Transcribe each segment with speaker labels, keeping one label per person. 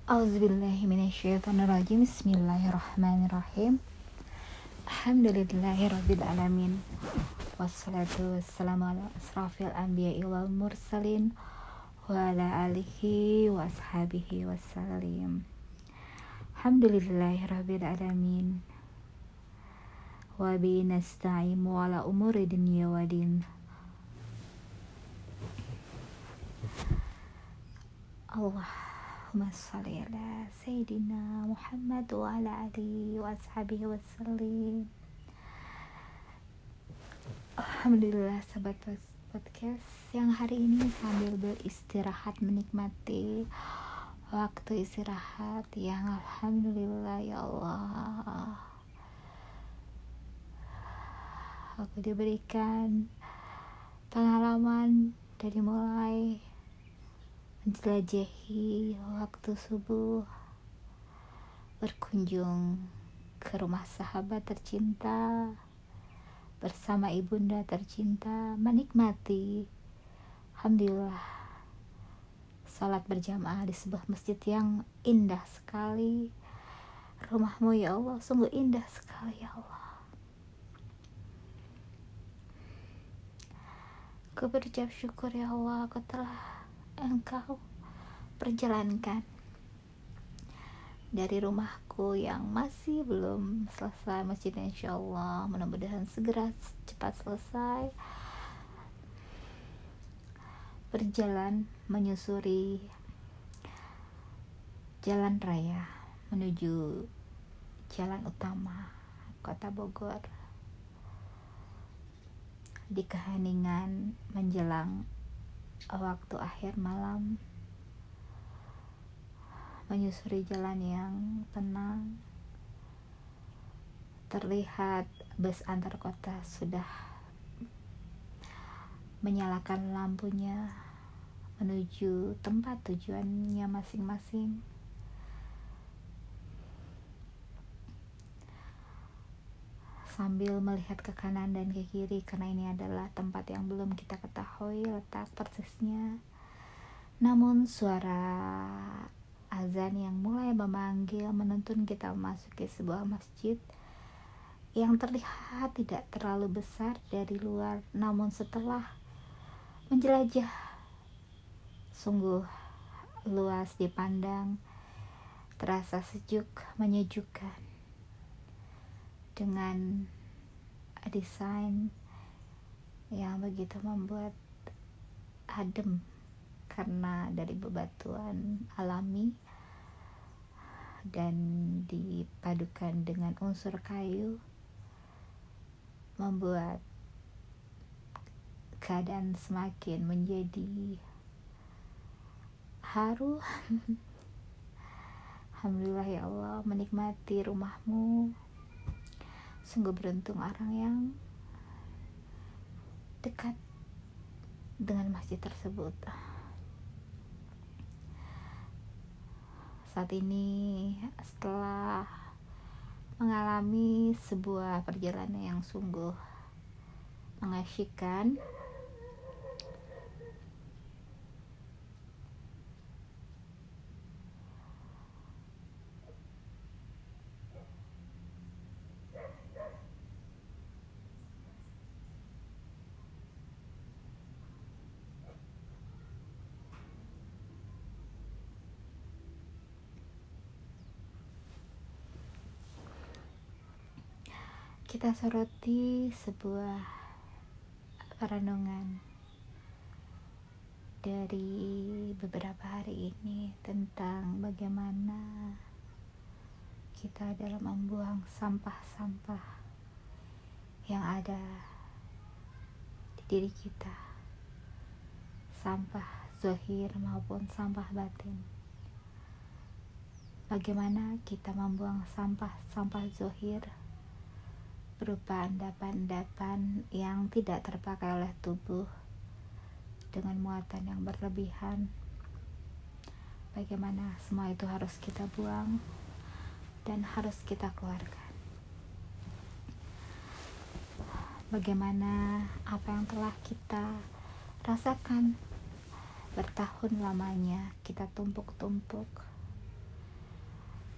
Speaker 1: A'udzubillahi minasyaitonirrajim. Bismillahirrahmanirrahim. Alhamdulillahirabbil alamin. Wassalatu wassalamu ala asrafil anbiya'i wal mursalin wa ala alihi wa ashabihi wassalim. Alhamdulillahirabbil alamin. Wa bi nasta'in wa ala umuri dunya wa din. Allahumma shalli ala Sayyidina Muhammad wa ala alihi wa ashabihi wassalim. Alhamdulillah sahabat podcast yang hari ini sambil beristirahat menikmati waktu istirahat yang alhamdulillah ya Allah, aku diberikan pengalaman dari mulai menjelajahi waktu subuh, berkunjung ke rumah sahabat tercinta bersama ibunda tercinta, menikmati alhamdulillah salat berjamaah di sebuah masjid yang indah sekali. Rumahmu ya Allah sungguh indah sekali ya Allah. Aku berucap syukur ya Allah, aku telah Engkau perjalankan dari rumahku yang masih belum selesai masjidnya, insyaallah mudah-mudahan segera cepat selesai, berjalan menyusuri jalan raya menuju jalan utama kota Bogor di keheningan menjelang waktu akhir malam, menyusuri jalan yang tenang. Terlihat bus antar kota sudah menyalakan lampunya menuju tempat tujuannya masing-masing. Sambil melihat ke kanan dan ke kiri karena ini adalah tempat yang belum kita ketahui letak persisnya. Namun suara azan yang mulai memanggil menuntun kita memasuki sebuah masjid yang terlihat tidak terlalu besar dari luar, namun setelah menjelajah sungguh luas dipandang, terasa sejuk, menyejukkan dengan desain yang begitu membuat adem karena dari bebatuan alami dan dipadukan dengan unsur kayu, membuat keadaan semakin menjadi haru. Alhamdulillah ya Allah, menikmati rumahmu. Sungguh beruntung orang yang dekat dengan masjid tersebut. Saat ini setelah mengalami sebuah perjalanan yang sungguh mengasyikkan, kita soroti sebuah perenungan dari beberapa hari ini tentang bagaimana kita dalam membuang sampah-sampah yang ada di diri kita, sampah zahir maupun sampah batin. Bagaimana kita membuang sampah-sampah zahir berupa endapan-endapan yang tidak terpakai oleh tubuh dengan muatan yang berlebihan. Bagaimana semua itu harus kita buang dan harus kita keluarkan. Bagaimana apa yang telah kita rasakan bertahun lamanya kita tumpuk-tumpuk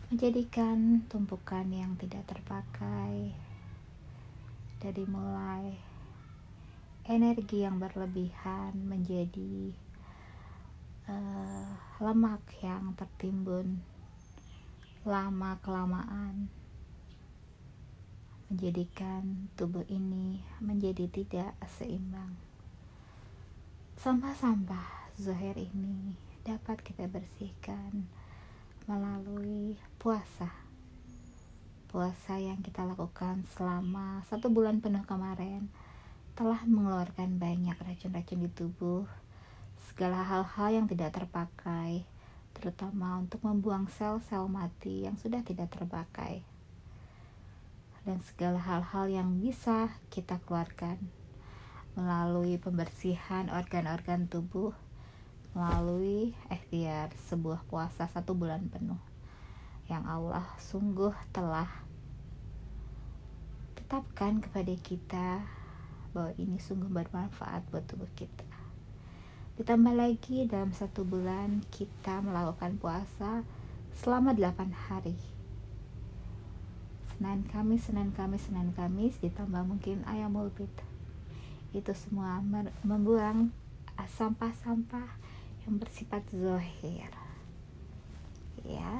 Speaker 1: menjadikan tumpukan yang tidak terpakai, dari mulai energi yang berlebihan menjadi lemak yang tertimbun lama kelamaan, menjadikan tubuh ini menjadi tidak seimbang. Sampah-sampah zahir ini dapat kita bersihkan melalui puasa yang kita lakukan selama 1 bulan penuh kemarin telah mengeluarkan banyak racun-racun di tubuh, segala hal-hal yang tidak terpakai, terutama untuk membuang sel-sel mati yang sudah tidak terpakai, dan segala hal-hal yang bisa kita keluarkan melalui pembersihan organ-organ tubuh melalui ikhtiar sebuah puasa 1 bulan penuh yang Allah sungguh telah tetapkan kepada kita bahwa ini sungguh bermanfaat buat tubuh kita. Ditambah lagi dalam 1 bulan kita melakukan puasa selama 8 hari, Senin Kamis ditambah mungkin Ayyamul Bid. Itu semua membuang sampah-sampah yang bersifat zahir, ya.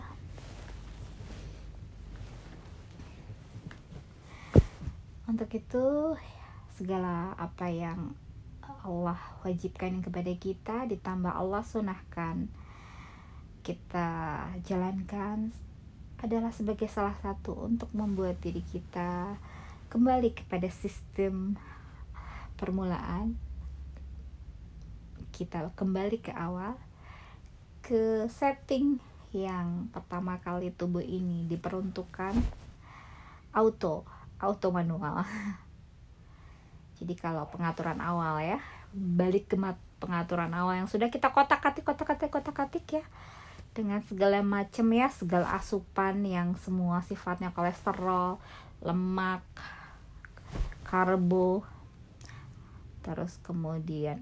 Speaker 1: Untuk itu segala apa yang Allah wajibkan kepada kita ditambah Allah sunahkan kita jalankan adalah sebagai salah satu untuk membuat diri kita kembali kepada sistem permulaan. Kita kembali ke awal, ke setting yang pertama kali tubuh ini diperuntukkan auto manual. Jadi kalau pengaturan awal ya, balik ke pengaturan awal yang sudah kita kotak-katik ya, dengan segala macam ya, segala asupan yang semua sifatnya kolesterol, lemak, karbo, terus kemudian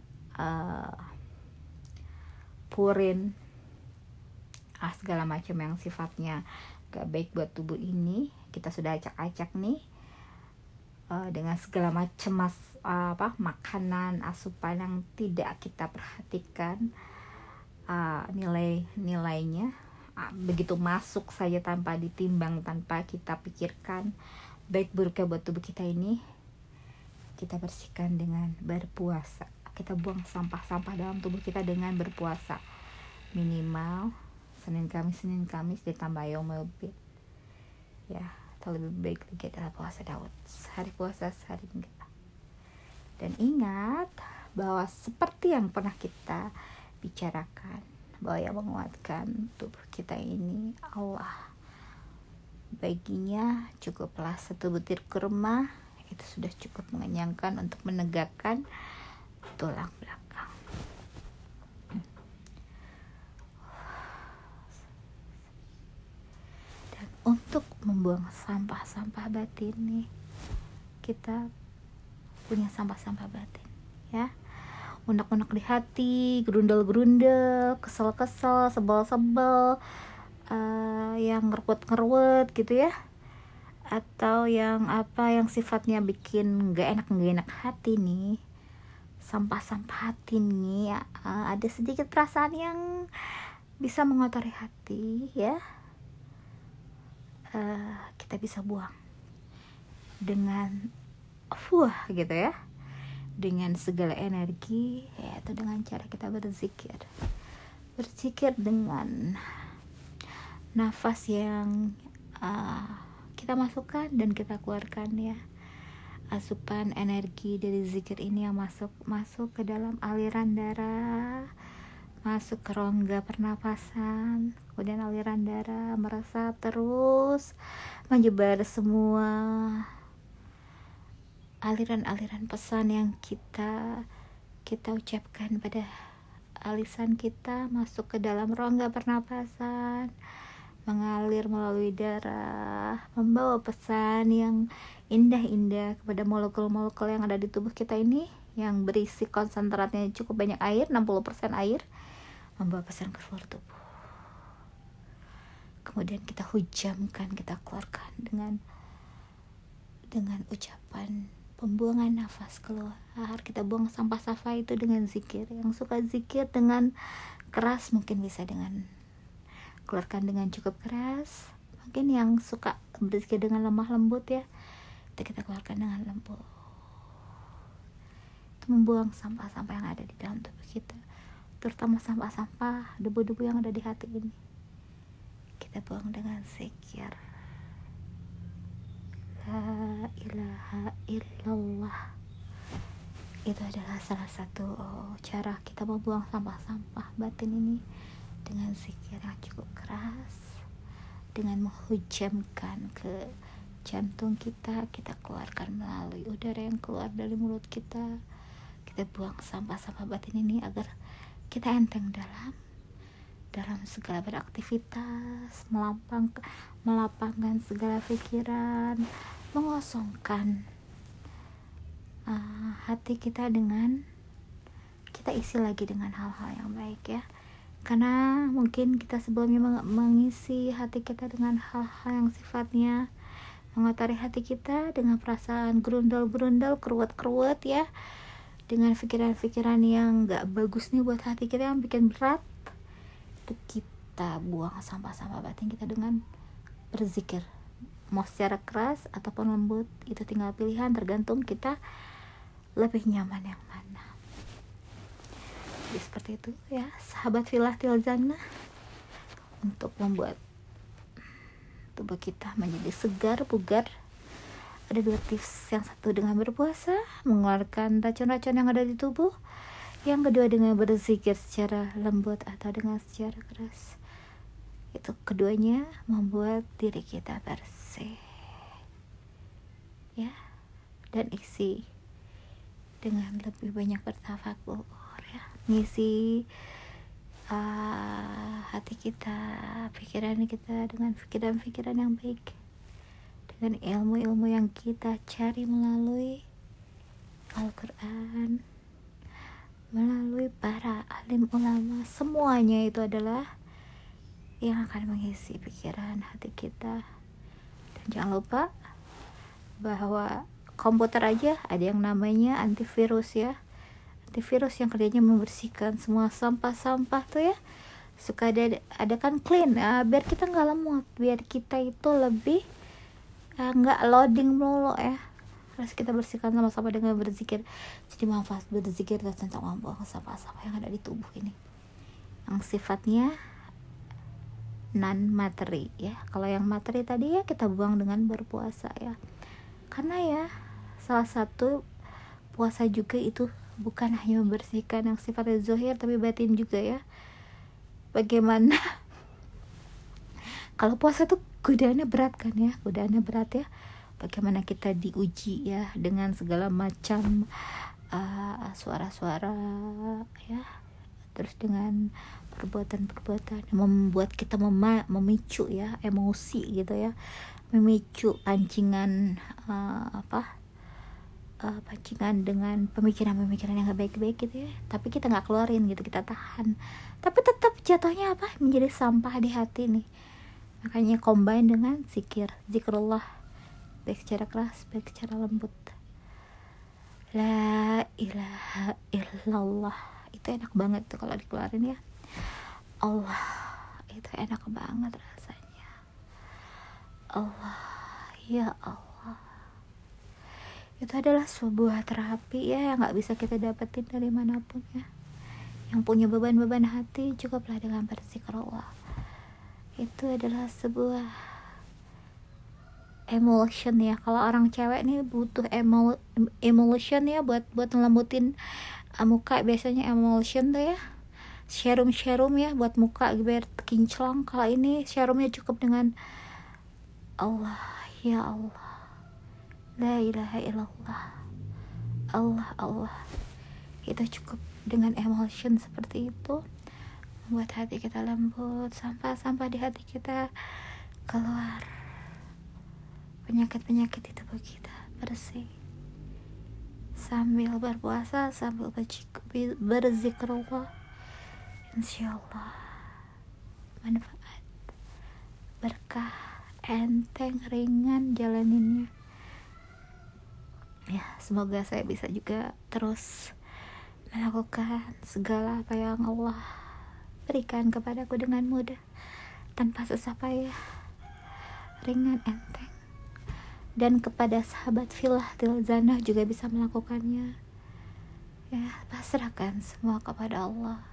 Speaker 1: purin, segala macam yang sifatnya gak baik buat tubuh ini kita sudah acak-acak nih, dengan segala macam makanan asupan yang tidak kita perhatikan nilai-nilainya, begitu masuk saja tanpa ditimbang, tanpa kita pikirkan baik buruknya buat tubuh kita ini. Kita bersihkan dengan berpuasa. Kita buang sampah-sampah dalam tubuh kita dengan berpuasa. Minimal Senin Kamis ditambah Yaumul Bid. Ya, atau lebih baik lagi adalah puasa Daud. Sehari puasa, sehari enggak. Dan ingat bahwa seperti yang pernah kita bicarakan, bahwa yang menguatkan tubuh kita ini Allah. Baginya cukuplah 1 butir kurma, itu sudah cukup mengenyangkan untuk menegakkan tulang belakang. Dan untuk membuang sampah-sampah batin nih, kita punya sampah-sampah batin ya, unek-unek di hati, gerundel-gerundel, kesel-kesel, sebel-sebel, yang ngeruwet gitu ya, atau yang sifatnya bikin gak enak hati nih, sampah-sampah hati nih, ada sedikit perasaan yang bisa mengotori hati ya, kita bisa buang dengan gitu ya, dengan segala energi, yaitu dengan cara kita berzikir dengan nafas yang kita masukkan dan kita keluarkan ya. Asupan energi dari zikir ini yang masuk ke dalam aliran darah, masuk ke rongga pernapasan, kemudian aliran darah meresap terus menyebar semua aliran-aliran pesan yang kita ucapkan pada lisan kita, masuk ke dalam rongga pernapasan, mengalir melalui darah, membawa pesan yang indah-indah kepada molekul-molekul yang ada di tubuh kita ini, yang berisi konsentratnya cukup banyak air, 60% air, membawa pesan ke seluruh tubuh. kemudian kita hujamkan, kita keluarkan dengan ucapan pembuangan nafas keluar. Kita buang sampah-sampah itu dengan zikir. Yang suka zikir dengan keras mungkin bisa dengan keluarkan dengan cukup keras. Mungkin yang suka berzikir dengan lemah lembut ya, itu kita keluarkan dengan lembut. Itu membuang sampah-sampah yang ada di dalam tubuh kita, terutama sampah-sampah debu-debu yang ada di hati ini. Kita buang dengan zikir. La ilaha illallah. Itu adalah salah satu cara kita membuang sampah-sampah batin ini, dengan zikir yang cukup keras, dengan menghujamkan ke jantung kita keluarkan melalui udara yang keluar dari mulut kita. Kita buang sampah-sampah batin ini agar kita enteng dalam segala beraktivitas, melapangkan segala pikiran, mengosongkan hati kita, dengan kita isi lagi dengan hal-hal yang baik ya. Karena mungkin kita sebelumnya mengisi hati kita dengan hal-hal yang sifatnya mengotori hati kita dengan perasaan gerundal-gerundal, keruat-keruat ya, dengan pikiran-pikiran yang gak bagus nih buat hati kita, yang bikin berat. Itu kita buang sampah-sampah batin kita dengan berzikir, mau secara keras ataupun lembut, itu tinggal pilihan, tergantung kita lebih nyaman yang mana. Jadi seperti itu ya sahabat filah tilzana, untuk membuat tubuh kita menjadi segar, bugar. Ada 2 tips. Yang satu dengan berpuasa, mengeluarkan racun-racun yang ada di tubuh. Yang kedua dengan berzikir secara lembut atau dengan secara keras. Itu keduanya membuat diri kita bersih ya, dan isi dengan lebih banyak bertafakur ya, ngisi hati kita, pikiran kita dengan pikiran-pikiran yang baik, dengan ilmu-ilmu yang kita cari melalui Al-Quran, melalui para alim ulama. Semuanya itu adalah yang akan mengisi pikiran hati kita. Dan jangan lupa bahwa komputer aja ada yang namanya antivirus ya. Antivirus yang kerjanya membersihkan semua sampah-sampah tuh ya. Suka ada kan clean biar kita nggak lemot, biar kita itu lebih nggak loading melulu ya. Harus kita bersihkan sama-sama dengan berzikir. Jadi manfaat berzikir tentang membuang sampah-sampah yang ada di tubuh ini, yang sifatnya non materi ya. Kalau yang materi tadi ya kita buang dengan berpuasa ya. Karena ya salah satu puasa juga itu bukan hanya membersihkan yang sifatnya zahir, tapi batin juga ya. Bagaimana kalau puasa tuh godaannya berat kan ya, bagaimana kita diuji ya dengan segala macam suara-suara ya, terus dengan perbuatan-perbuatan yang membuat kita memicu ya emosi gitu ya, memicu pancingan pancingan dengan pemikiran-pemikiran yang gak baik-baik gitu ya, tapi kita gak keluarin gitu, kita tahan, tapi tetap jatuhnya menjadi sampah di hati nih. Makanya combine dengan zikrullah, baik secara keras, baik secara lembut. La ilaha illallah, itu enak banget tuh kalau dikeluarin ya. Allah, itu enak banget rasanya. Allah, ya Allah, itu adalah sebuah terapi ya, yang gak bisa kita dapetin dari manapun ya. Yang punya beban-beban hati, cukuplah dengan berzikrullah. Itu adalah sebuah emulsion ya. Kalau orang cewek nih butuh emulsion ya, buat ngelembutin muka, biasanya emulsion tuh ya, serum ya buat muka biar kinclong. Kalau ini serumnya cukup dengan Allah, ya Allah, la ilaha illallah, Allah. Kita cukup dengan emulsion seperti itu, membuat hati kita lembut, sampah-sampah di hati kita keluar, penyakit-penyakit di tubuh kita bersih, sambil berpuasa, sambil berzikrullah. Insyaallah manfaat berkah, enteng, ringan jalaninnya. Ya, semoga saya bisa juga terus melakukan segala apa yang Allah berikan kepadaku dengan mudah, tanpa susah payah, ringan, enteng. Dan kepada sahabat Filah Tilzanah juga bisa melakukannya. Ya, pasrahkan semua kepada Allah.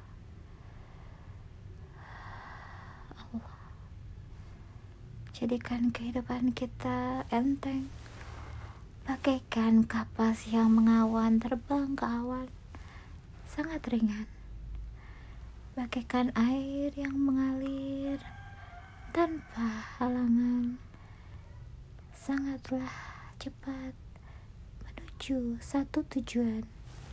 Speaker 1: Jadikan kehidupan kita enteng, bagaikan kapas yang mengawan terbang ke awan, sangat ringan, bagaikan air yang mengalir tanpa halangan, sangatlah cepat menuju satu tujuan.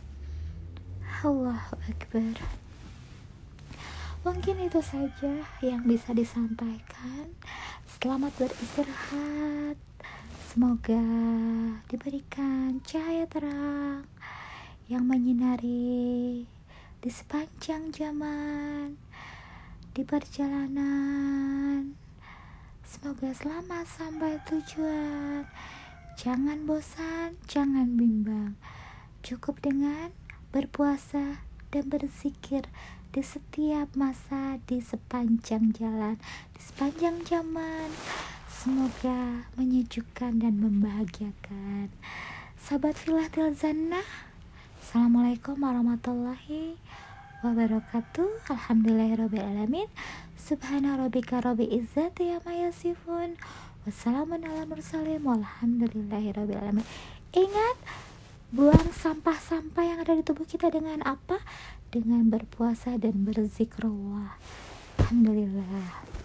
Speaker 1: Allahu Akbar. Mungkin itu saja yang bisa disampaikan. Selamat beristirahat. Semoga diberikan cahaya terang yang menyinari di sepanjang zaman, di perjalanan. Semoga selamat sampai tujuan. Jangan bosan, jangan bimbang. Cukup dengan berpuasa dan berzikir di setiap masa, di sepanjang jalan, di sepanjang zaman. Semoga menyejukkan dan membahagiakan. Sahabat Filah Tilzanah, Assalamualaikum warahmatullahi wabarakatuh. Alhamdulillahirrabbilalamin. Subhana rabbika rabbil izzati amma yasifun. Wassalamun ala mursalin walhamdulillahirrabbilalamin. Ingat, buang sampah-sampah yang ada di tubuh kita dengan apa? Dengan berpuasa dan berzikrullah. Alhamdulillah.